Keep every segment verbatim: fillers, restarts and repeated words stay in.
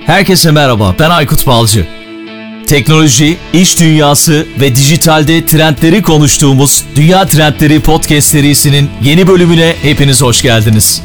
Herkese merhaba, ben Aykut Balcı. Teknoloji, iş dünyası ve dijitalde trendleri konuştuğumuz Dünya Trendleri Podcast serisinin yeni bölümüne hepiniz hoş geldiniz.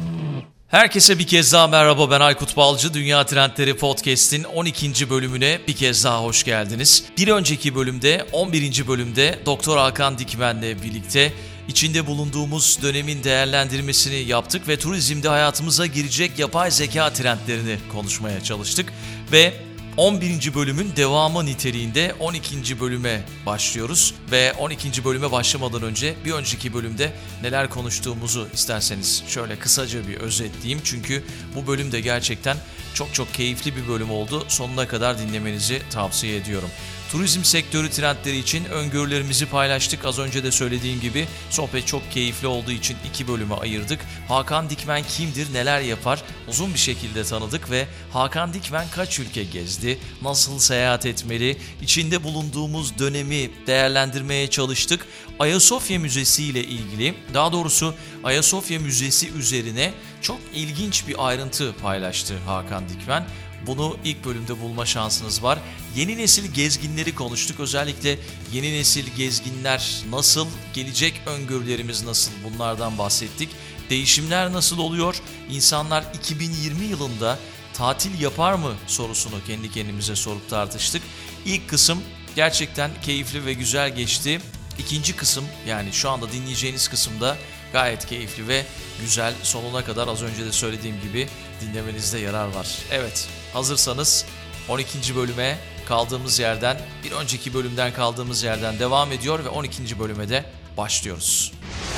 Herkese bir kez daha merhaba, ben Aykut Balcı. Dünya Trendleri Podcast'in on ikinci bölümüne bir kez daha hoş geldiniz. Bir önceki bölümde, on birinci bölümde Doktor Hakan Dikmen'le birlikte içinde bulunduğumuz dönemin değerlendirmesini yaptık ve turizmde hayatımıza girecek yapay zeka trendlerini konuşmaya çalıştık. Ve on birinci bölümün devamı niteliğinde on ikinci bölüme başlıyoruz. Ve on ikinci bölüme başlamadan önce bir önceki bölümde neler konuştuğumuzu isterseniz şöyle kısaca bir özetleyeyim. Çünkü bu bölüm de gerçekten çok çok keyifli bir bölüm oldu. Sonuna kadar dinlemenizi tavsiye ediyorum. Turizm sektörü trendleri için öngörülerimizi paylaştık. Az önce de söylediğim gibi sohbet çok keyifli olduğu için iki bölüme ayırdık. Hakan Dikmen kimdir, neler yapar uzun bir şekilde tanıdık ve Hakan Dikmen kaç ülke gezdi, nasıl seyahat etmeli, içinde bulunduğumuz dönemi değerlendirmeye çalıştık. Ayasofya Müzesi ile ilgili, daha doğrusu Ayasofya Müzesi üzerine çok ilginç bir ayrıntı paylaştı Hakan Dikmen. Bunu ilk bölümde bulma şansınız var. Yeni nesil gezginleri konuştuk. Özellikle yeni nesil gezginler nasıl, gelecek öngörülerimiz nasıl, bunlardan bahsettik. Değişimler nasıl oluyor? İnsanlar iki bin yirmi yılında tatil yapar mı sorusunu kendi kendimize sorup tartıştık. İlk kısım gerçekten keyifli ve güzel geçti. İkinci kısım, yani şu anda dinleyeceğiniz kısımda gayet keyifli ve güzel. Sonuna kadar az önce de söylediğim gibi dinlemenizde yarar var. Evet, hazırsanız on ikinci bölüme kaldığımız yerden, bir önceki bölümden kaldığımız yerden devam ediyor ve on ikinci bölüme de başlıyoruz.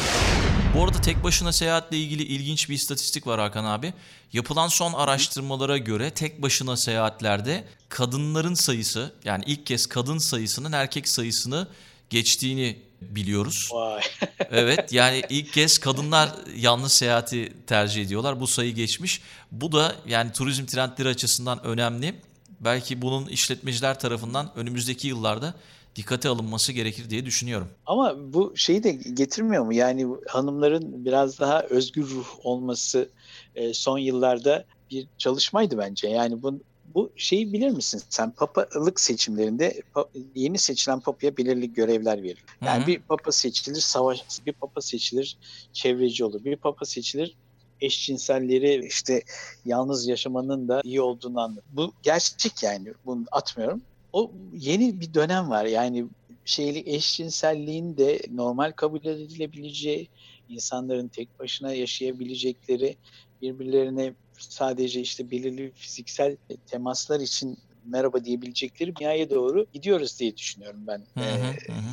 Bu arada tek başına seyahatle ilgili ilginç bir istatistik var Hakan abi. Yapılan son araştırmalara göre tek başına seyahatlerde kadınların sayısı, yani ilk kez kadın sayısının erkek sayısını geçtiğini biliyoruz. Vay. Evet, yani ilk kez kadınlar yalnız seyahati tercih ediyorlar. Bu sayı geçmiş. Bu da yani turizm trendleri açısından önemli. Belki bunun işletmeciler tarafından önümüzdeki yıllarda dikkate alınması gerekir diye düşünüyorum. Ama bu şeyi de getirmiyor mu? Yani hanımların biraz daha özgür ruh olması e, son yıllarda bir çalışmaydı bence. Yani bu bu şeyi bilir misin? Sen papalık seçimlerinde yeni seçilen papaya belirli görevler verilir. Yani Hı-hı. bir papa seçilir savaş, bir papa seçilir çevreci olur. Bir papa seçilir eşcinselleri işte yalnız yaşamanın da iyi olduğunu anlar. Bu gerçek, yani bunu atmıyorum. O yeni bir dönem var. Yani şeyli eşcinselliğin de normal kabul edilebileceği, insanların tek başına yaşayabilecekleri, birbirlerine sadece işte belirli fiziksel temaslar için merhaba diyebilecekleri bir dünyaya doğru gidiyoruz diye düşünüyorum ben. Hı hı, ee, hı.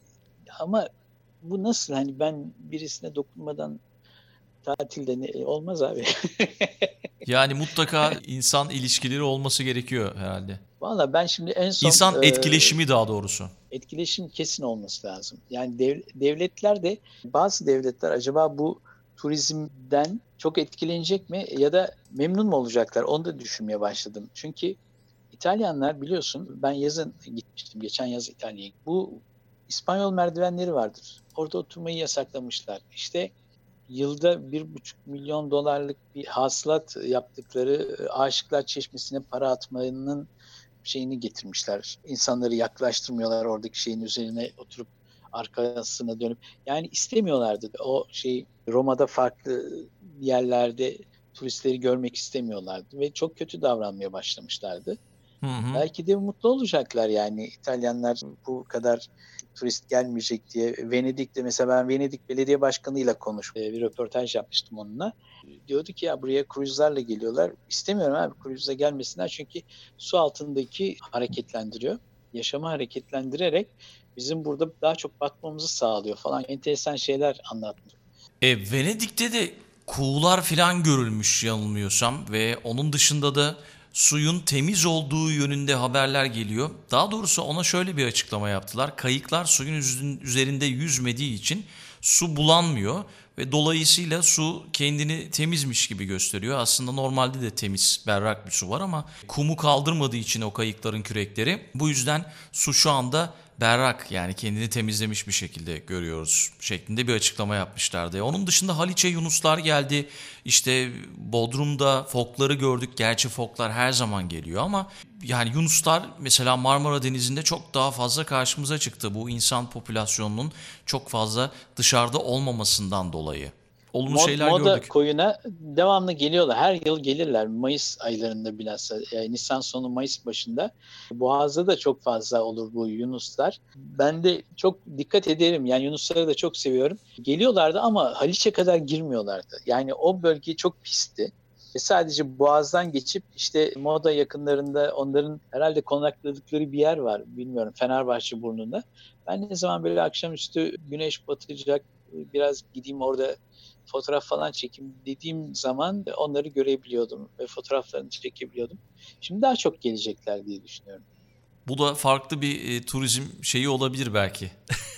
Ama bu nasıl, hani ben birisine dokunmadan tatilde ne, olmaz abi. Yani mutlaka insan ilişkileri olması gerekiyor herhalde. Valla ben şimdi en son... İnsan e, etkileşimi daha doğrusu. Etkileşim kesin olması lazım. Yani dev, devletler de, bazı devletler acaba bu turizmden çok etkilenecek mi ya da memnun mu olacaklar? Onu da düşünmeye başladım. Çünkü İtalyanlar, biliyorsun, ben yazın gitmiştim. Geçen yaz İtalya'ya. Bu İspanyol merdivenleri vardır. Orada oturmayı yasaklamışlar. İşte yılda bir buçuk milyon dolarlık bir hasılat yaptıkları Aşıklar Çeşmesi'ne para atmanın şeyini getirmişler. İnsanları yaklaştırmıyorlar oradaki şeyin üzerine oturup arkasına dönüp. Yani istemiyorlardı. O şey, Roma'da farklı yerlerde turistleri görmek istemiyorlardı ve çok kötü davranmaya başlamışlardı. Hı hı. Belki de mutlu olacaklar, yani İtalyanlar bu kadar turist gelmeyecek diye. Venedik'te mesela, ben Venedik Belediye Başkanı'yla konuştum. Bir röportaj yapmıştım onunla. Diyordu ki ya buraya kruzlarla geliyorlar. İstemiyorum abi kruzla gelmesinler, çünkü su altındaki hareketlendiriyor. Yaşamı hareketlendirerek bizim burada daha çok batmamızı sağlıyor falan. Enteresan şeyler anlattı. E, Venedik'te de kuğular falan görülmüş yanılmıyorsam ve onun dışında da suyun temiz olduğu yönünde haberler geliyor. Daha doğrusu ona şöyle bir açıklama yaptılar. Kayıklar suyun üzerinde yüzmediği için su bulanmıyor ve dolayısıyla su kendini temizmiş gibi gösteriyor. Aslında normalde de temiz, berrak bir su var ama kumu kaldırmadığı için o kayıkların kürekleri, bu yüzden su şu anda berrak, yani kendini temizlemiş bir şekilde görüyoruz şeklinde bir açıklama yapmışlardı. Onun dışında Haliç'e Yunuslar geldi. İşte Bodrum'da fokları gördük. Gerçi foklar her zaman geliyor ama yani Yunuslar mesela Marmara Denizi'nde çok daha fazla karşımıza çıktı. Bu insan popülasyonunun çok fazla dışarıda olmamasından dolayı. Olumlu Mod, şeyler moda gördük. koyuna devamlı geliyorlar. Her yıl gelirler. Mayıs aylarında bilhassa. Yani Nisan sonu Mayıs başında. Boğaz'da da çok fazla olur bu yunuslar. Ben de çok dikkat ederim. Yani yunusları da çok seviyorum. Geliyorlardı ama Haliç'e kadar girmiyorlardı. Yani o bölge çok pisti. E sadece Boğaz'dan geçip işte Moda yakınlarında onların herhalde konakladıkları bir yer var. Bilmiyorum, Fenerbahçe burnunda. Ben ne zaman böyle akşamüstü güneş batacak, biraz gideyim orada fotoğraf falan çekeyim dediğim zaman onları görebiliyordum ve fotoğraflarını çekebiliyordum. Şimdi daha çok gelecekler diye düşünüyorum. Bu da farklı bir e, turizm şeyi olabilir belki.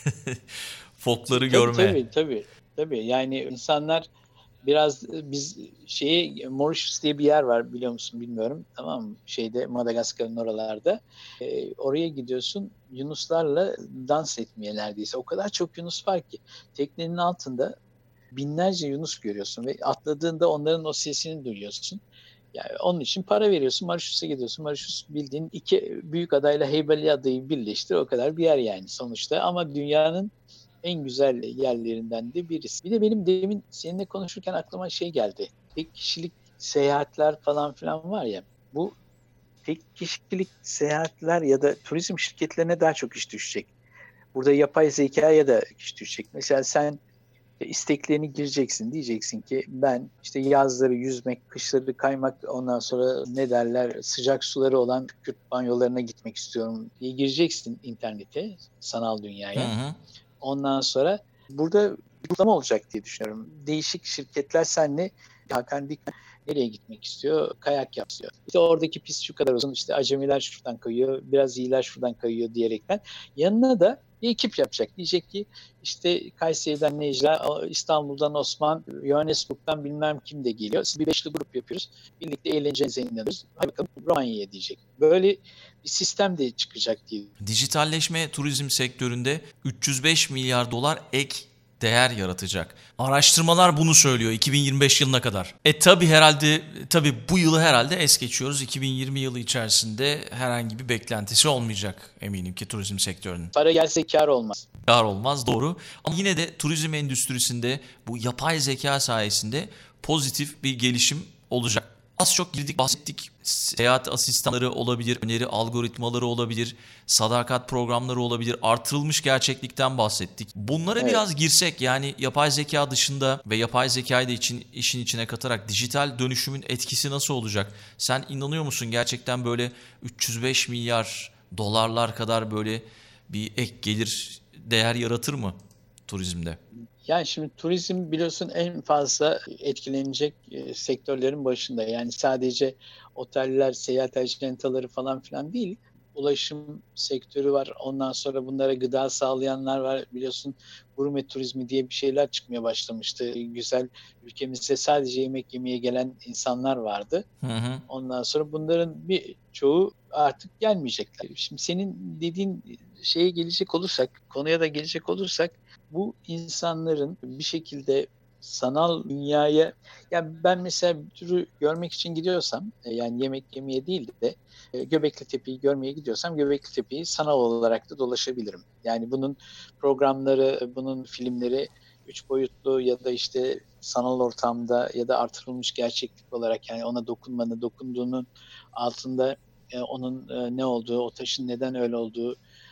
Fokları Tabii görme. tabii tabii. Tabii yani insanlar biraz biz şeyi Mauritius diye bir yer var, biliyor musun bilmiyorum. Tamam mı? Şeyde Madagaskar'ın oralarda. Ee, oraya gidiyorsun yunuslarla dans etmeye neredeyse. O kadar çok yunus var ki teknenin altında binlerce yunus görüyorsun ve atladığında onların o sesini duyuyorsun. Yani onun için para veriyorsun, Mauritius'a gidiyorsun. Mauritius bildiğin iki büyük adayla Heybeli adayı birleştir, o kadar bir yer yani sonuçta. Ama dünyanın en güzel yerlerinden de birisi. Bir de benim demin seninle konuşurken aklıma şey geldi. Tek kişilik seyahatler falan filan var ya. Bu tek kişilik seyahatler ya da turizm şirketlerine daha çok iş düşecek. Burada yapay zekaya da iş düşecek. Mesela sen isteklerini gireceksin. Diyeceksin ki ben işte yazları yüzmek, kışları kaymak, ondan sonra ne derler sıcak suları olan kükürt banyolarına gitmek istiyorum diye gireceksin internete, sanal Hı dünyaya. hı. Ondan sonra burada uygulama olacak diye düşünüyorum. Değişik şirketler seninle Hakan Dik nereye gitmek istiyor? Kayak yapıyor. İşte oradaki pist şu kadar uzun, işte acemiler şuradan kayıyor, biraz iyiler şuradan kayıyor diyerekten. Yanına da bir ekip yapacak. Diyecek ki işte Kayseri'den Necla, İstanbul'dan Osman, Johannesburg'dan bilmem kim de geliyor. Biz bir beşli grup yapıyoruz. Birlikte eğleneceğinize inanıyoruz. Hadi bakalım Romanya'ya diyecek. Böyle bir sistem de çıkacak diye. Dijitalleşme turizm sektöründe üç yüz beş milyar dolar ek değer yaratacak. Araştırmalar bunu söylüyor iki bin yirmi beş yılına kadar. E tabi herhalde tabi bu yılı herhalde es geçiyoruz. iki bin yirmi yılı içerisinde herhangi bir beklentisi olmayacak eminim ki turizm sektörünün. Para gelse kar olmaz. Kar olmaz, doğru. Ama yine de turizm endüstrisinde bu yapay zeka sayesinde pozitif bir gelişim olacak. Az çok girdik, bahsettik. Seyahat asistanları olabilir, öneri algoritmaları olabilir, sadakat programları olabilir, artırılmış gerçeklikten bahsettik. Bunlara Evet. biraz girsek, yani yapay zeka dışında ve yapay zekayı da için, işin içine katarak dijital dönüşümün etkisi nasıl olacak? Sen inanıyor musun gerçekten böyle üç yüz beş milyar dolarlar kadar böyle bir ek gelir değer yaratır mı turizmde? Yani şimdi turizm biliyorsun en fazla etkilenecek e, sektörlerin başında. Yani sadece oteller, seyahat ajantaları falan filan değil. Ulaşım sektörü var. Ondan sonra bunlara gıda sağlayanlar var. Biliyorsun gurme turizmi diye bir şeyler çıkmaya başlamıştı. Güzel, ülkemizde sadece yemek yemeye gelen insanlar vardı. Hı hı. Ondan sonra bunların bir çoğu artık gelmeyecekler. Şimdi senin dediğin şeye gelecek olursak, konuya da gelecek olursak, bu insanların bir şekilde sanal dünyaya, yani ben mesela bir türü görmek için gidiyorsam, yani yemek yemeye değil de Göbekli Tepe'yi görmeye gidiyorsam Göbekli Tepe'yi sanal olarak da dolaşabilirim. Yani bunun programları, bunun filmleri üç boyutlu ya da işte sanal ortamda ya da artırılmış gerçeklik olarak, yani ona dokunmanı, dokunduğunun altında e, onun e, ne olduğu, o taşın neden öyle olduğu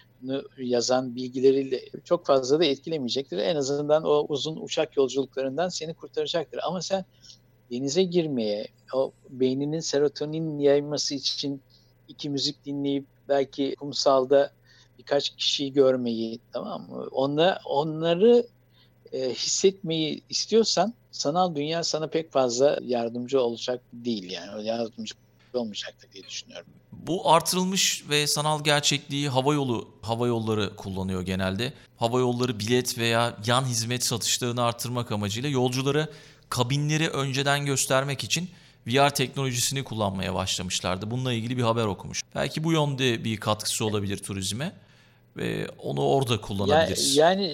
yazan bilgileriyle çok fazla da etkilemeyecektir. En azından o uzun uçak yolculuklarından seni kurtaracaktır. Ama sen denize girmeye, o beyninin serotonin yayması için iki müzik dinleyip belki kumsalda birkaç kişiyi görmeyi, tamam mı? Onla, onları e, hissetmeyi istiyorsan sanal dünya sana pek fazla yardımcı olacak değil, yani yardımcı olmayacaktır diye düşünüyorum. Bu artırılmış ve sanal gerçekliği hava yolu hava yolları kullanıyor genelde. Hava yolları bilet veya yan hizmet satışlarını artırmak amacıyla yolculara kabinleri önceden göstermek için V R teknolojisini kullanmaya başlamışlardı. Bununla ilgili bir haber okumuş. Belki bu yönde bir katkısı olabilir turizme. ve onu orada Ya, kullanabiliriz. yani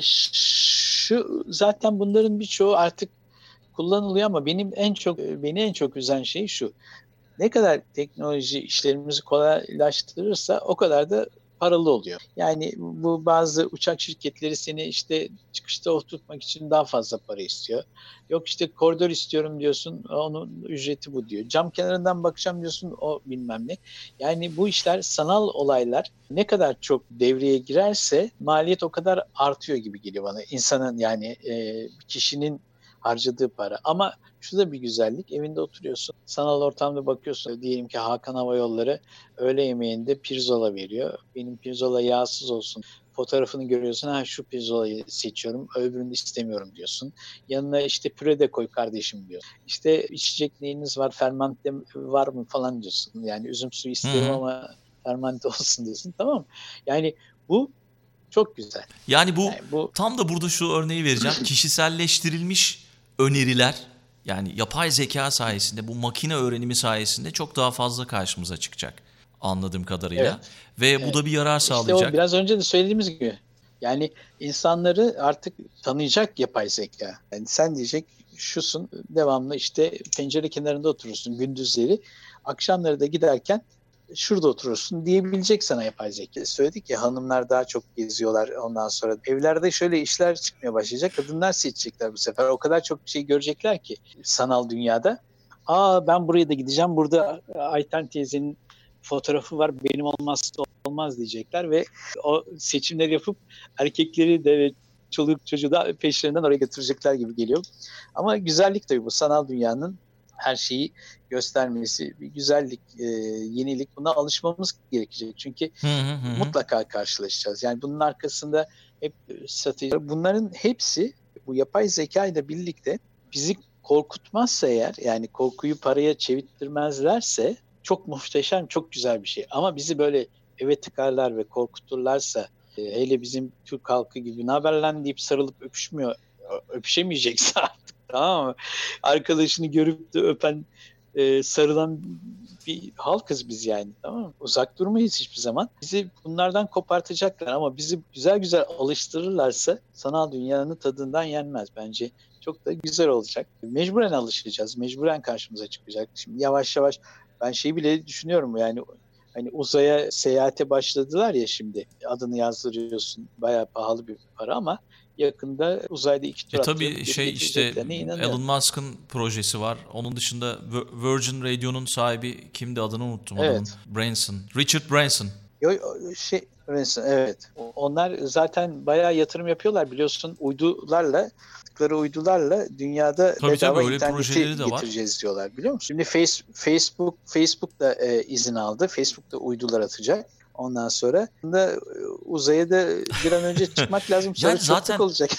şu zaten bunların birçoğu artık kullanılıyor ama benim en çok beni en çok üzen şey şu. Ne kadar teknoloji işlerimizi kolaylaştırırsa o kadar da paralı oluyor. Yani bu bazı uçak şirketleri seni işte çıkışta oturtmak için daha fazla para istiyor. Yok işte koridor istiyorum diyorsun, onun ücreti bu diyor. Cam kenarından bakacağım diyorsun, o bilmem ne. Yani bu işler, sanal olaylar ne kadar çok devreye girerse maliyet o kadar artıyor gibi geliyor bana. İnsanın yani e, kişinin harcadığı para. Ama şu da bir güzellik. Evinde oturuyorsun. Sanal ortamda bakıyorsun. Diyelim ki Hakan Hava Yolları öğle yemeğinde pirzola veriyor. Benim pirzola yağsız olsun. Fotoğrafını görüyorsun. Ha, şu pirzolayı seçiyorum. Öbürünü istemiyorum diyorsun. Yanına işte püre de koy kardeşim diyor. İşte içecek neyiniz var? Fermente var mı falan diyorsun. Yani üzüm suyu Hı isterim hı. ama fermente olsun diyorsun. Tamam mı? Yani bu çok güzel. Yani bu Yani bu tam da burada şu örneği vereceğim. Kişiselleştirilmiş öneriler, yani yapay zeka sayesinde, bu makine öğrenimi sayesinde çok daha fazla karşımıza çıkacak anladığım kadarıyla. evet. Ve bu Evet. da bir yarar İşte o sağlayacak. biraz önce de söylediğimiz gibi. Yani insanları artık tanıyacak yapay zeka. Yani sen diyecek şusun, devamlı işte pencere kenarında oturursun gündüzleri. Akşamları da giderken şurada oturursun diyebilecek sana yapay zeka. Söyledik ya, hanımlar daha çok geziyorlar, ondan sonra evlerde şöyle işler çıkmaya başlayacak. Kadınlar seçecekler bu sefer. O kadar çok şey görecekler ki sanal dünyada. Aa, ben buraya da gideceğim. Burada Ayten teyzenin fotoğrafı var. Benim olmazsa olmaz diyecekler ve o seçimleri yapıp erkekleri de ve çoluk çocuğu da peşlerinden oraya götürecekler gibi geliyor. Ama güzellik tabii bu sanal dünyanın her şeyi göstermesi, bir güzellik, e, yenilik. Buna alışmamız gerekecek. Çünkü Hı hı hı. Hı. mutlaka karşılaşacağız. Yani bunun arkasında hep strateji. Bunların hepsi bu yapay zeka ile birlikte bizi korkutmazsa eğer, yani korkuyu paraya çevirttirmezlerse çok muhteşem, çok güzel bir şey. Ama bizi böyle eve tıkarlar ve korkuturlarsa, e, hele bizim Türk halkı gibi ne haber lan deyip sarılıp öpüşmüyor, öpüşemeyecekse artık, tamam mı? Arkadaşını görüp de öpen, e, sarılan bir halkız biz yani, tamam mı? Uzak durmayız hiçbir zaman. Bizi bunlardan kopartacaklar ama bizi güzel güzel alıştırırlarsa sanal dünyanın tadından yenmez bence. Çok da güzel olacak. Mecburen alışacağız. Mecburen karşımıza çıkacak. Şimdi yavaş yavaş ben şeyi bile düşünüyorum yani, hani uzaya seyahate başladılar ya şimdi. Adını yazdırıyorsun. Bayağı pahalı bir para ama yakında uzayda iki tur E attırıp tabii geri şey işte getireceklerine Elon inanıyorum. Musk'ın projesi var. Onun dışında Virgin Radio'nun sahibi kimdi, adını unuttum adamın. Evet. Branson. Richard Branson. Yo, şey mesela evet. Onlar zaten bayağı yatırım yapıyorlar biliyorsun, uydularla tıkları uydularla dünyada Tabii tabii bedava öyle projeleri interneti de var. getireceğiz diyorlar, biliyor musun? Şimdi face, Facebook Facebook da e, izin aldı. Facebook da uydular atacak. Ondan sonra da uzaya da bir an önce çıkmak lazım. Sonra Yani çokluk zaten olacak.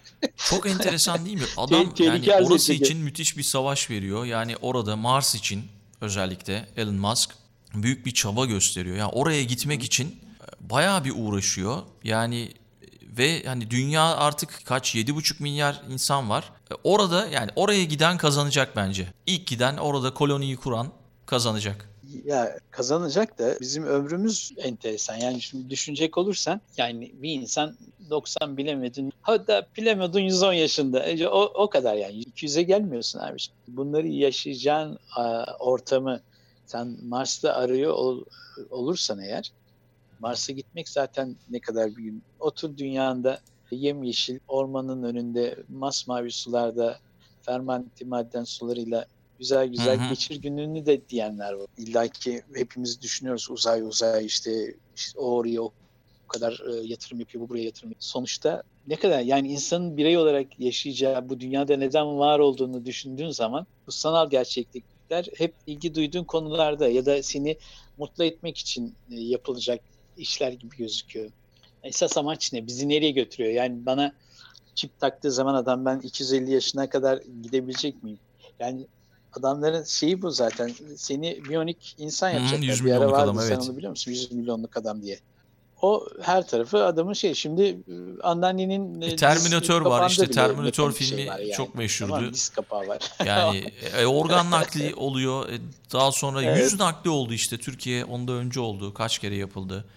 çok enteresan değil mi? Te- Adam yani tehlike arz orası edecek. için müthiş bir savaş veriyor. Yani orada Mars için özellikle Elon Musk büyük bir çaba gösteriyor. Yani oraya gitmek için bayağı bir uğraşıyor. Yani ve hani dünya artık kaç, yedi buçuk milyar insan var. E, Orada yani oraya giden kazanacak bence. İlk giden, orada koloniyi kuran kazanacak. Ya kazanacak da bizim ömrümüz enteresan. Yani şimdi düşünecek olursan, yani bir insan doksan bilemedin, hatta bilemedin yüz on yaşında. E, O, o kadar yani. iki yüze gelmiyorsun abi. Bunları yaşayacağın a, ortamı sen Mars'ta arıyor ol, olursan eğer, Mars'a gitmek zaten ne kadar bir gün. Otur dünyanda yemyeşil ormanın önünde masmavi sularda fermente maden sularıyla güzel Hı güzel hı. geçir gününü de diyenler var. İlla ki hepimiz düşünüyoruz uzay uzay işte, işte o oraya o kadar e, yatırım yapıyor, bu buraya yatırım yapıyor. Sonuçta ne kadar yani insanın birey olarak yaşayacağı bu dünyada neden var olduğunu düşündüğün zaman bu sanal gerçeklikler hep ilgi duyduğun konularda ya da seni mutlu etmek için e, yapılacak işler gibi gözüküyor. Esas amaç ne? Bizi nereye götürüyor? Yani bana çip taktığı zaman adam, ben iki yüz elli yaşına kadar gidebilecek miyim? Yani adamların şeyi bu zaten. Seni biyonik insan Hı hı. yüz yapacaklar. Bir ara milyonluk adam, vardı, sen evet. onu biliyor musun? yüz milyonluk adam diye. O her tarafı adamın şey. Şimdi e, anneannenin E, e, diz Terminator var, işte kapağında bile Terminator mekanik şey filmi var yani. çok Tamam mı? meşhurdu. Diz kapağı var. Yani e, organ nakli oluyor. E, daha sonra yüz Evet. nakli oldu işte. Türkiye ondan önce oldu. Kaç kere yapıldı.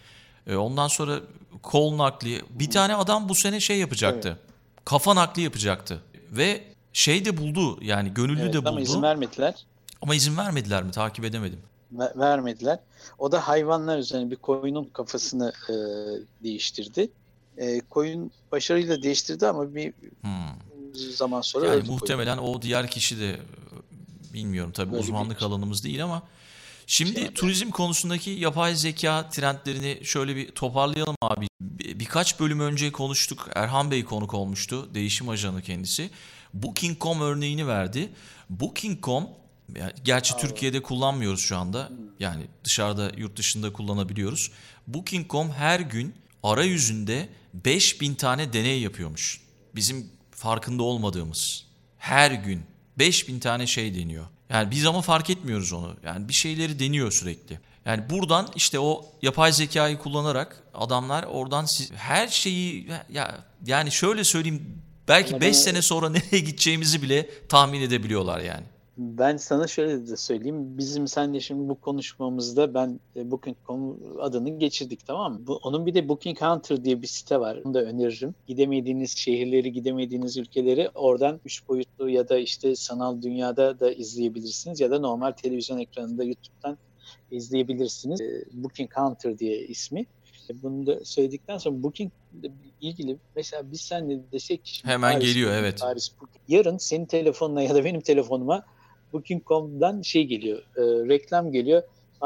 E, ondan sonra kol nakli. Bir tane adam bu sene şey yapacaktı. Evet. Kafa nakli yapacaktı. Ve şey de buldu, yani gönüllü Evet de ama izin buldu. vermediler. Ama izin vermediler mi? Takip edemedim. Ver- vermediler. O da hayvanlar üzerine bir koyunun kafasını e, değiştirdi. E, koyun başarıyla değiştirdi ama bir Hmm. zaman sonra Yani öldü koyun. muhtemelen o diğer kişi de, bilmiyorum tabii, Böyle uzmanlık bir alanımız değil ama şimdi şey var. turizm konusundaki yapay zeka trendlerini şöyle bir toparlayalım abi. Bir- birkaç bölüm önce konuştuk. Erhan Bey konuk olmuştu. Değişim ajanı kendisi. booking nokta com örneğini verdi. booking nokta com, yani gerçi Aa, Türkiye'de kullanmıyoruz şu anda. hmm. Yani dışarıda, yurt dışında kullanabiliyoruz. booking nokta com her gün arayüzünde beş bin tane deney yapıyormuş. Bizim farkında olmadığımız. Her gün beş bin tane şey deniyor. Yani biz ama fark etmiyoruz onu. Yani bir şeyleri deniyor sürekli. Yani buradan işte o yapay zekayı kullanarak adamlar oradan siz, her şeyi, ya yani şöyle söyleyeyim, belki Ama beş bana- sene sonra nereye gideceğimizi bile tahmin edebiliyorlar yani. Ben sana şöyle de söyleyeyim. Bizim seninle şimdi bu konuşmamızda ben e, booking nokta com adını geçirdik, tamam mı? Bu, onun bir de Booking Hunter diye bir site var. Onu da öneririm. Gidemediğiniz şehirleri, gidemediğiniz ülkeleri oradan üç boyutlu ya da işte sanal dünyada da izleyebilirsiniz ya da normal televizyon ekranında YouTube'dan izleyebilirsiniz. E, Booking Hunter diye ismi. E, Bunu da söyledikten sonra Booking ile ilgili mesela biz seninle desek ki şimdi Hemen Paris geliyor, Booking, evet. Paris Booking. Yarın senin telefonuna ya da benim telefonuma booking nokta com'dan şey geliyor, e, reklam geliyor.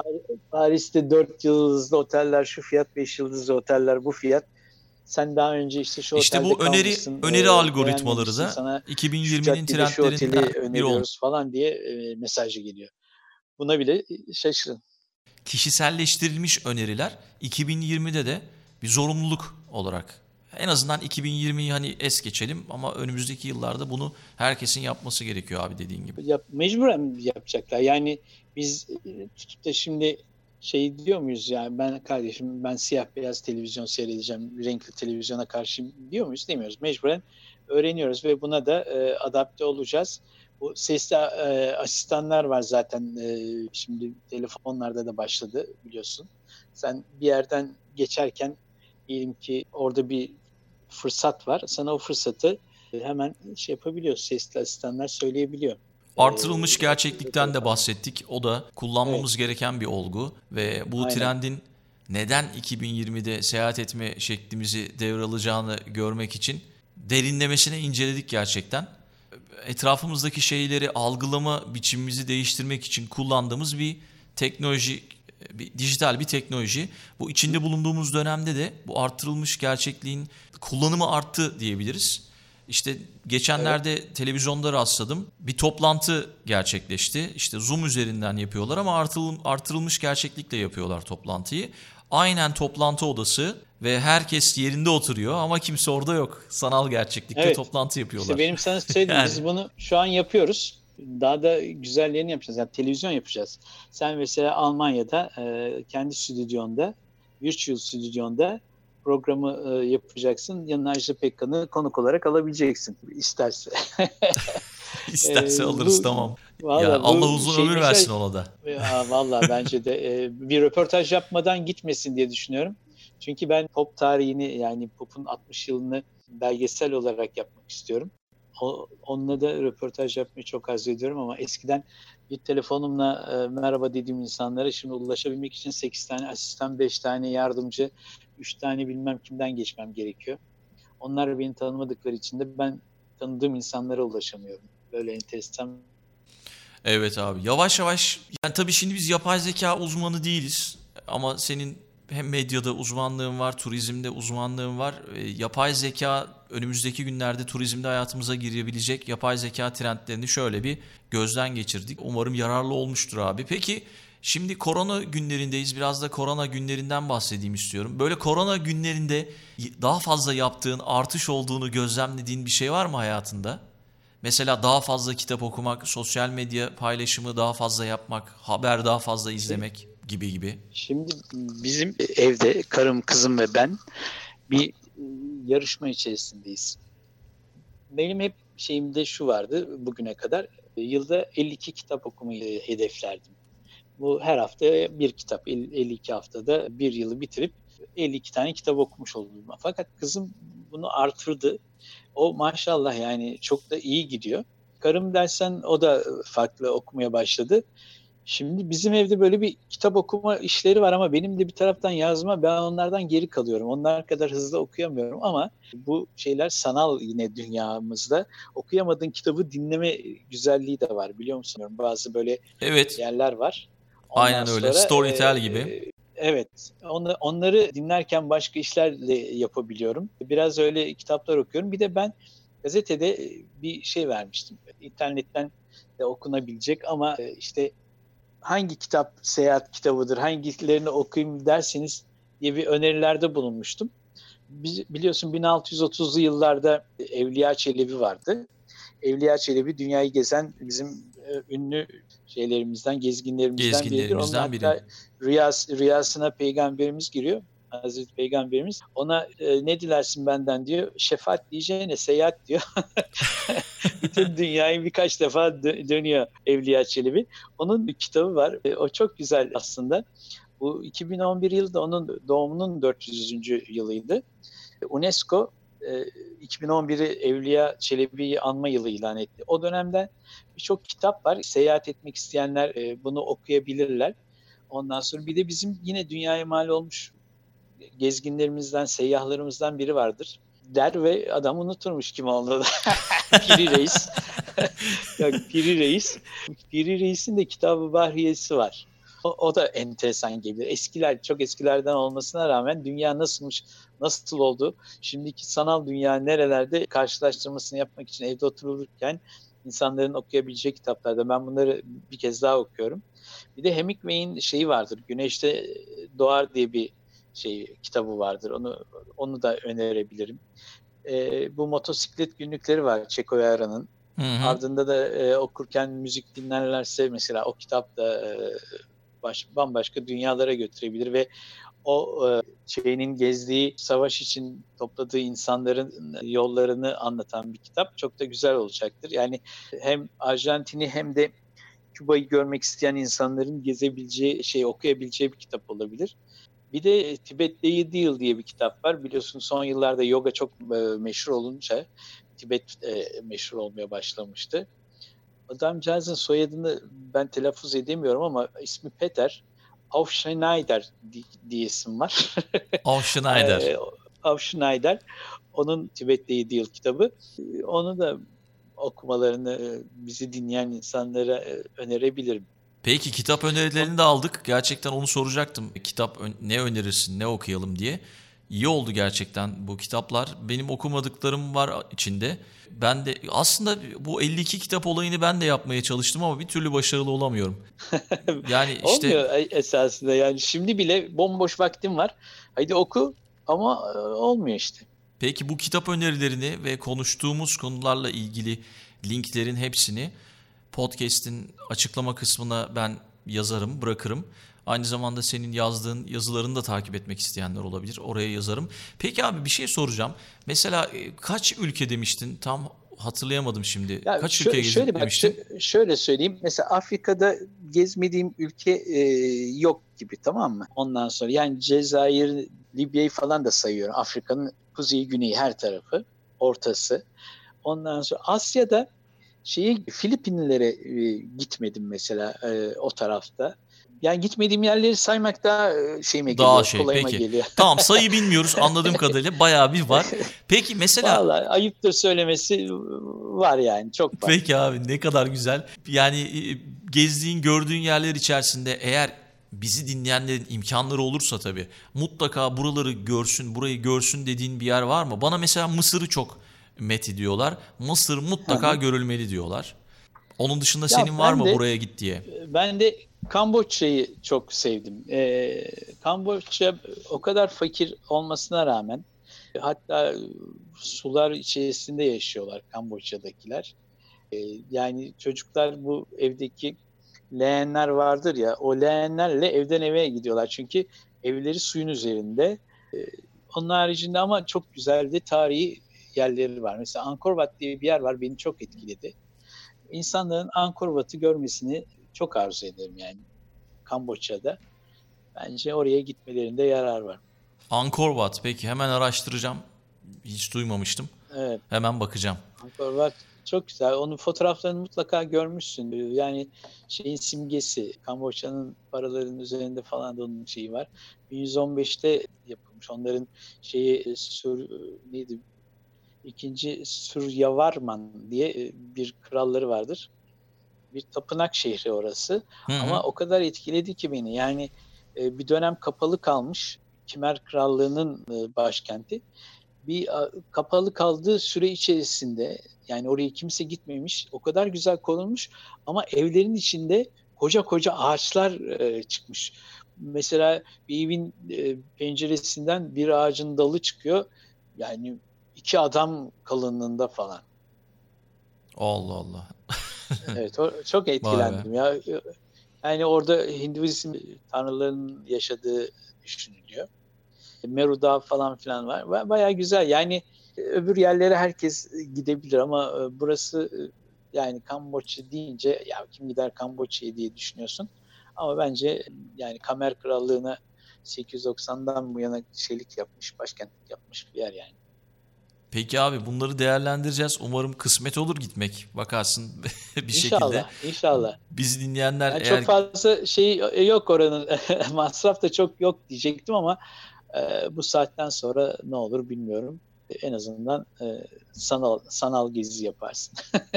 Paris'te dört yıldızlı oteller şu fiyat, beş yıldızlı oteller bu fiyat. Sen daha önce işte şu İşte otelde bu öneri kalmışsın, öneri e, algoritmaları beğenmemişsin, da sana şu iki bin yirminin caddede şu trendlerinden oteli biri olmuş. öneriyoruz falan diye e, mesajı geliyor. Buna bile şaşırın. Kişiselleştirilmiş öneriler iki bin yirmide de bir zorunluluk olarak, en azından iki bin yirmiyi hani es geçelim ama önümüzdeki yıllarda bunu herkesin yapması gerekiyor abi, dediğin gibi. Yap, mecburen yapacaklar. Yani biz e, tutup da şimdi şey diyor muyuz, yani ben kardeşim ben siyah beyaz televizyon seyredeceğim, renkli televizyona karşıyım diyor muyuz? Demiyoruz. Mecburen öğreniyoruz ve buna da e, adapte olacağız. Bu sesli e, asistanlar var zaten, e, şimdi telefonlarda da başladı biliyorsun. Sen bir yerden geçerken diyelim ki orada bir fırsat var. Sana o fırsatı hemen şey yapabiliyor. Sesli asistanlar söyleyebiliyor. Artırılmış Ee, gerçeklikten de bahsettik. O da kullanmamız evet, gereken bir olgu ve bu aynen. trendin neden iki bin yirmide seyahat etme şeklimizi devralacağını görmek için derinlemesine inceledik gerçekten. Etrafımızdaki şeyleri algılama biçimimizi değiştirmek için kullandığımız bir teknoloji, bir dijital bir teknoloji. Bu içinde bulunduğumuz dönemde de bu artırılmış gerçekliğin kullanımı arttı diyebiliriz. İşte geçenlerde evet, televizyonda rastladım. Bir toplantı gerçekleşti. İşte Zoom üzerinden yapıyorlar ama artırılmış gerçeklikle yapıyorlar toplantıyı. Aynen toplantı odası ve herkes yerinde oturuyor ama kimse orada yok. Sanal gerçeklikle evet, toplantı yapıyorlar. İşte benim sana söylediğim yani, biz bunu şu an yapıyoruz. Daha da güzellerini yapacağız. Yani televizyon yapacağız. Sen mesela Almanya'da e, kendi stüdyonda, virtual stüdyonda programı e, yapacaksın. Yanına Ajda Pekkan'ı konuk olarak alabileceksin isterse. İsterse e, alırız, bu, tamam. Vallahi Ya Allah uzun şey ömür mesela, versin ona da. Ya, vallahi bence de e, bir röportaj yapmadan gitmesin diye düşünüyorum. Çünkü ben pop tarihini, yani pop'un altmış yılını belgesel olarak yapmak istiyorum. O, onunla da röportaj yapmayı çok arzu ediyorum ama eskiden bir telefonumla e, merhaba dediğim insanlara şimdi ulaşabilmek için sekiz tane asistan, beş tane yardımcı, üç tane bilmem kimden geçmem gerekiyor. Onlar beni tanımadıkları için de ben tanıdığım insanlara ulaşamıyorum. Böyle enteresan. Evet abi, yavaş yavaş, yani tabii şimdi biz yapay zeka uzmanı değiliz ama senin hem medyada uzmanlığın var, turizmde uzmanlığın var. E, yapay zeka önümüzdeki günlerde turizmde hayatımıza girebilecek yapay zeka trendlerini şöyle bir gözden geçirdik. Umarım yararlı olmuştur abi. Peki şimdi korona günlerindeyiz. Biraz da korona günlerinden bahsedeyim istiyorum. Böyle korona günlerinde daha fazla yaptığın, artış olduğunu gözlemlediğin bir şey var mı hayatında? Mesela daha fazla kitap okumak, sosyal medya paylaşımı daha fazla yapmak, haber daha fazla izlemek gibi gibi. Şimdi bizim evde karım, kızım ve ben bir yarışma içerisindeyiz. Benim hep şeyimde şu vardı bugüne kadar. Yılda elli iki kitap okumayı hedeflerdim. Bu her hafta bir kitap, elli iki haftada bir yılı bitirip elli iki tane kitap okumuş oldum. Fakat kızım bunu artırdı. O maşallah yani çok da iyi gidiyor. Karım dersen o da farklı okumaya başladı. Şimdi bizim evde böyle bir kitap okuma işleri var ama benim de bir taraftan yazma, ben onlardan geri kalıyorum. Onlar kadar hızlı okuyamıyorum ama bu şeyler sanal yine dünyamızda. Okuyamadığın kitabı dinleme güzelliği de var, biliyor musun? Bazı böyle Evet, yerler var. Ondan aynen öyle. sonra Storytel gibi. e, evet, onu, onları dinlerken başka işlerle yapabiliyorum. Biraz öyle kitaplar okuyorum. Bir de ben gazetede bir şey vermiştim. İnternetten de okunabilecek ama işte hangi kitap seyahat kitabıdır, hangilerini okuyayım derseniz diye bir önerilerde bulunmuştum. Biz, biliyorsun bin altı yüz otuzlu yıllarda Evliya Çelebi vardı. Evliya Çelebi dünyayı gezen bizim e, ünlü şeylerimizden, gezginlerimizden biridir. Onun Gezginlerimizden biri. hatta rüyas, rüyasına peygamberimiz giriyor. Hazreti Peygamberimiz ona e, ne dilersin benden diyor. Şefaat diyeceğine seyahat diyor. Bütün dünyayı birkaç defa dö- dönüyor Evliya Çelebi. Onun bir kitabı var. E, o çok güzel aslında. Bu iki bin on bir yılında onun doğumunun dört yüzüncü yılıydı. UNESCO e, iki bin on biri Evliya Çelebi'yi anma yılı ilan etti. O dönemde birçok kitap var. Seyahat etmek isteyenler e, bunu okuyabilirler. Ondan sonra bir de bizim yine dünyaya mal olmuş gezginlerimizden, seyyahlarımızdan biri vardır. Der ve adam unuturmuş kim olduğunu. Piri Reis. Yok, Piri Reis. Piri Reis'in de Kitab-ı Bahriyesi var. O, o da enteresan gelir. Eskiler, çok eskilerden olmasına rağmen dünya nasılmış, nasıl oldu? Şimdiki sanal dünya nerelerde karşılaştırmasını yapmak için evde otururken insanların okuyabileceği kitaplarda. Ben bunları bir kez daha okuyorum. Bir de Hemingway'in şeyi vardır. Güneşte Doğar diye bir şey kitabı vardır. Onu onu da önerebilirim. E, bu motosiklet günlükleri var Che Guevara'nın. Hı hı. Ardında da e, okurken müzik dinlerlerse mesela o kitap da e, baş, bambaşka dünyalara götürebilir ve o e, şeyinin gezdiği savaş için topladığı insanların yollarını anlatan bir kitap. Çok da güzel olacaktır. Yani hem Arjantin'i hem de Küba'yı görmek isteyen insanların gezebileceği, şey okuyabileceği bir kitap olabilir. Bir de Tibet'te yedi yıl diye bir kitap var. Biliyorsun son yıllarda yoga çok e, meşhur olunca Tibet e, meşhur olmaya başlamıştı. Adamcağızın soyadını ben telaffuz edemiyorum ama ismi Peter Aufschneider diye isim var. Auf Schneider. Aufschneider. Onun Tibet'te yedi yıl kitabı. Onu da okumalarını bizi dinleyen insanlara önerebilirim. Peki kitap önerilerini de aldık. Gerçekten onu soracaktım. Kitap ne önerirsin, ne okuyalım diye. İyi oldu gerçekten bu kitaplar. Benim okumadıklarım var içinde. Ben de aslında bu elli iki kitap olayını ben de yapmaya çalıştım ama bir türlü başarılı olamıyorum. Yani işte olmuyor esasında, yani şimdi bile bomboş vaktim var. Haydi oku ama olmuyor işte. Peki bu kitap önerilerini ve konuştuğumuz konularla ilgili linklerin hepsini podcast'in açıklama kısmına ben yazarım, bırakırım. Aynı zamanda senin yazdığın yazılarını da takip etmek isteyenler olabilir. Oraya yazarım. Peki abi bir şey soracağım. Mesela kaç ülke demiştin? Tam hatırlayamadım şimdi. Ya kaç şö- ülke gezdik şöyle bak, demiştin? şöyle söyleyeyim. Mesela Afrika'da gezmediğim ülke e, yok gibi, tamam mı? Ondan sonra yani Cezayir, Libya'yı falan da sayıyorum. Afrika'nın kuzeyi, güneyi, her tarafı, ortası. Ondan sonra Asya'da şeyi Filipinlere e, gitmedim mesela e, o tarafta. Yani gitmediğim yerleri saymak daha e, şeyime Daha geliyor, şey kolayıma peki. geliyor. Tamam sayı bilmiyoruz anladığım kadarıyla bayağı bir var. Peki mesela Vallahi ayıptır söylemesi, var yani, çok var. peki abi ne kadar güzel. Yani e, gezdiğin gördüğün yerler içerisinde eğer bizi dinleyenlerin imkanları olursa tabii mutlaka buraları görsün burayı görsün dediğin bir yer var mı? Bana mesela Mısır'ı çok met ediyorlar. Mısır mutlaka görülmeli diyorlar. Onun dışında Ya senin var ben mı de buraya git diye? ben de Kamboçya'yı çok sevdim. Ee, Kamboçya o kadar fakir olmasına rağmen, hatta sular içerisinde yaşıyorlar Kamboçya'dakiler. Ee, yani çocuklar, bu evdeki leğenler vardır ya, o leğenlerle evden eve gidiyorlar. Çünkü evleri suyun üzerinde. Ee, onun haricinde ama çok güzel de tarihi yerleri var. Mesela Angkor Wat diye bir yer var, beni çok etkiledi. İnsanların Angkor Wat'ı görmesini çok arzu ederim yani. Kamboçya'da. Bence oraya gitmelerinde yarar var. Angkor Wat. Peki hemen araştıracağım. Hiç duymamıştım. Evet. Hemen bakacağım. Angkor Wat çok güzel. Onun fotoğraflarını mutlaka görmüşsün. Yani şeyin simgesi, Kamboçya'nın paralarının üzerinde falan da onun şeyi var. bin yüz on beşte yapılmış. Onların şeyi Sur, neydi? İkinci Suryavarman diye bir kralları vardır. Bir tapınak şehri orası. Hı hı. Ama o kadar etkiledi ki beni. Yani bir dönem kapalı kalmış. Kimer Krallığı'nın başkenti. Bir kapalı kaldığı süre içerisinde, yani oraya kimse gitmemiş, o kadar güzel korunmuş ama evlerin içinde koca koca ağaçlar e, çıkmış. Mesela bir evin e, penceresinden bir ağacın dalı çıkıyor, yani iki adam kalınlığında falan. Allah Allah. Evet, o, çok etkilendim ya. Yani orada Hinduizm tanrılarının yaşadığı düşünülüyor. Meru Dağı falan filan var. Bayağı güzel. Yani öbür yerlere herkes gidebilir ama burası, yani Kamboçya deyince ya kim gider Kamboçya'ya diye düşünüyorsun. Ama bence yani Kamer Krallığı'na sekiz yüz doksandan bu yana şeylik yapmış, başkentlik yapmış bir yer yani. Peki abi bunları değerlendireceğiz. Umarım kısmet olur gitmek. Bakarsın bir İnşallah, şekilde. inşallah. Bizi dinleyenler Yani eğer... çok fazla şey yok oranın, masraf da çok yok diyecektim ama e, bu saatten sonra ne olur bilmiyorum. En azından e, sanal sanal gezi yaparsın.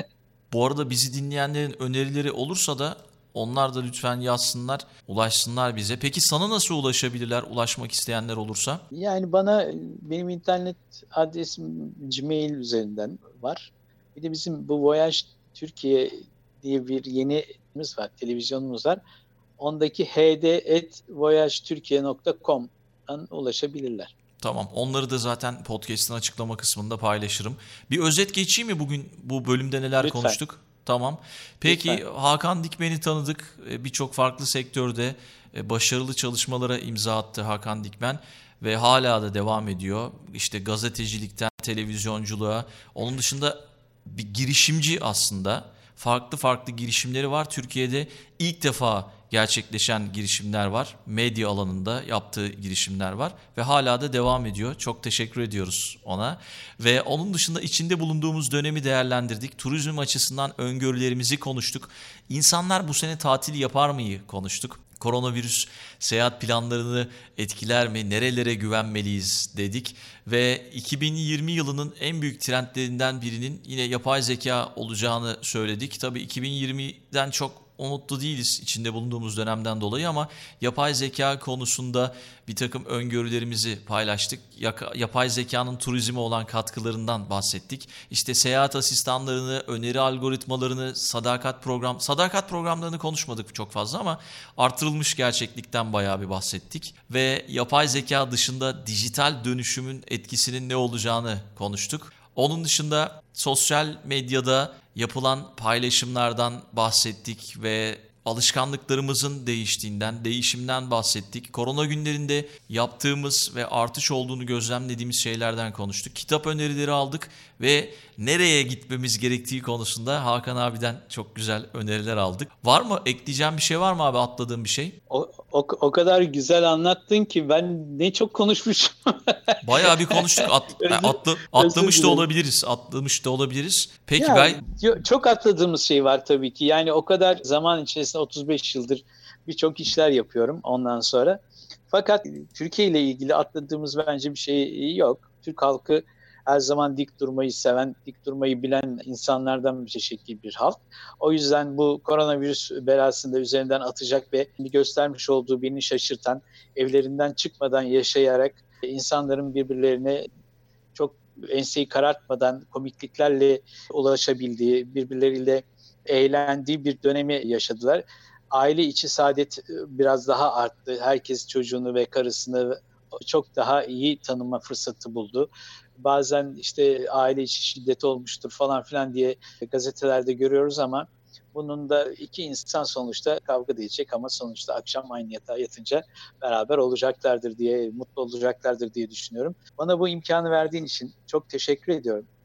Bu arada bizi dinleyenlerin önerileri olursa da onlar da lütfen yazsınlar, ulaşsınlar bize. Peki sana nasıl ulaşabilirler, ulaşmak isteyenler olursa? Yani bana, benim internet adresim Gmail üzerinden var. Bir de bizim bu Voyage Türkiye diye bir yenimiz var, televizyonumuz var. Ondaki h d at voyage turkiye nokta com'dan ulaşabilirler. Tamam, onları da zaten podcast'ın açıklama kısmında paylaşırım. Bir özet geçeyim mi bugün bu bölümde neler Lütfen. konuştuk? Tamam. Peki Lütfen. Hakan Dikmen'i tanıdık. Birçok farklı sektörde başarılı çalışmalara imza attı Hakan Dikmen ve hala da devam ediyor. İşte gazetecilikten televizyonculuğa. Onun dışında bir girişimci aslında. Farklı farklı girişimleri var. Türkiye'de ilk defa gerçekleşen girişimler var. Medya alanında yaptığı girişimler var ve hala da devam ediyor. Çok teşekkür ediyoruz ona. Ve onun dışında içinde bulunduğumuz dönemi değerlendirdik. Turizm açısından öngörülerimizi konuştuk. İnsanlar bu sene tatil yapar mıyı konuştuk. Koronavirüs seyahat planlarını etkiler mi? Nerelere güvenmeliyiz dedik. Ve iki bin yirmi yılının en büyük trendlerinden birinin yine yapay zeka olacağını söyledik. Tabii iki bin yirmiden çok umutlu değiliz içinde bulunduğumuz dönemden dolayı ama yapay zeka konusunda bir takım öngörülerimizi paylaştık. Yapay zekanın turizme olan katkılarından bahsettik. İşte seyahat asistanlarını, öneri algoritmalarını, sadakat program, sadakat programlarını konuşmadık çok fazla ama artırılmış gerçeklikten bayağı bir bahsettik. Ve yapay zeka dışında dijital dönüşümün etkisinin ne olacağını konuştuk. Onun dışında sosyal medyada yapılan paylaşımlardan bahsettik ve alışkanlıklarımızın değiştiğinden, değişimden bahsettik. Korona günlerinde yaptığımız ve artış olduğunu gözlemlediğimiz şeylerden konuştuk. Kitap önerileri aldık ve nereye gitmemiz gerektiği konusunda Hakan abiden çok güzel öneriler aldık. Var mı? Ekleyeceğim bir şey var mı abi, atladığım bir şey? O, o, o kadar güzel anlattın ki ben ne çok konuşmuşum. Bayağı bir konuştuk. At, Özür- atla, atlamış özür da dilerim. olabiliriz. Atlamış da olabiliriz. Peki Ya, ben... yo- çok atladığımız şey var tabii ki. Yani o kadar zaman içerisinde otuz beş yıldır birçok işler yapıyorum ondan sonra. Fakat Türkiye ile ilgili atladığımız bence bir şey yok. Türk halkı her zaman dik durmayı seven, dik durmayı bilen insanlardan müteşekkil bir halk. O yüzden bu koronavirüs belasını da üzerinden atacak ve göstermiş olduğu, beni şaşırtan, evlerinden çıkmadan yaşayarak insanların birbirlerine çok enseyi karartmadan komikliklerle ulaşabildiği, birbirleriyle eğlendiği bir dönemi yaşadılar. Aile içi saadet biraz daha arttı. Herkes çocuğunu ve karısını çok daha iyi tanıma fırsatı buldu. Bazen işte aile içi şiddet olmuştur falan filan diye gazetelerde görüyoruz ama bunun da iki insan sonuçta kavga edecek ama sonuçta akşam aynı yatağa yatınca beraber olacaklardır diye, mutlu olacaklardır diye düşünüyorum. Bana bu imkanı verdiğin için çok teşekkür ediyorum.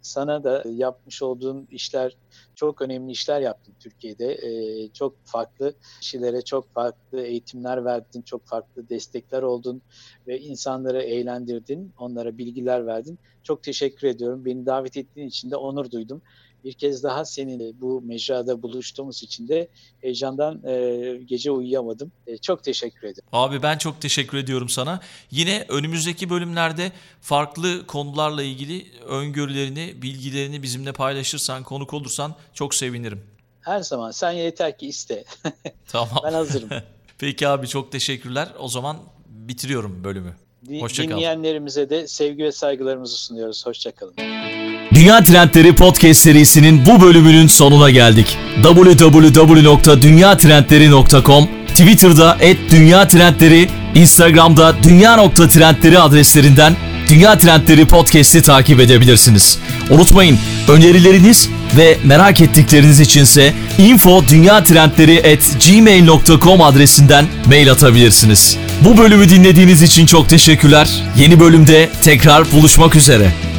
Sana da yapmış olduğun işler, çok önemli işler yaptın Türkiye'de. Ee, çok farklı kişilere çok farklı eğitimler verdin, çok farklı destekler oldun ve insanları eğlendirdin, onlara bilgiler verdin. Çok teşekkür ediyorum. Beni davet ettiğin için de onur duydum. Bir kez daha seninle bu mecrada buluştuğumuz için de heyecandan e, gece uyuyamadım. E, çok teşekkür ederim. Abi ben çok teşekkür ediyorum sana. Yine önümüzdeki bölümlerde farklı konularla ilgili öngörülerini, bilgilerini bizimle paylaşırsan, konuk olursan çok sevinirim. Her zaman. Sen yeter ki iste. Tamam. Ben hazırım. Peki abi, çok teşekkürler. O zaman bitiriyorum bölümü. Hoşça kal. Dinleyenlerimize de sevgi ve saygılarımızı sunuyoruz. Hoşça kalın. Dünya Trendleri Podcast serisinin bu bölümünün sonuna geldik. double-u double-u double-u nokta dünya trendleri nokta com, Twitter'da et dünya trendleri, Instagram'da dünya nokta trendleri adreslerinden Dünya Trendleri Podcast'i takip edebilirsiniz. Unutmayın, önerileriniz ve merak ettikleriniz içinse info dünya trendleri at gmail nokta com adresinden mail atabilirsiniz. Bu bölümü dinlediğiniz için çok teşekkürler. Yeni bölümde tekrar buluşmak üzere.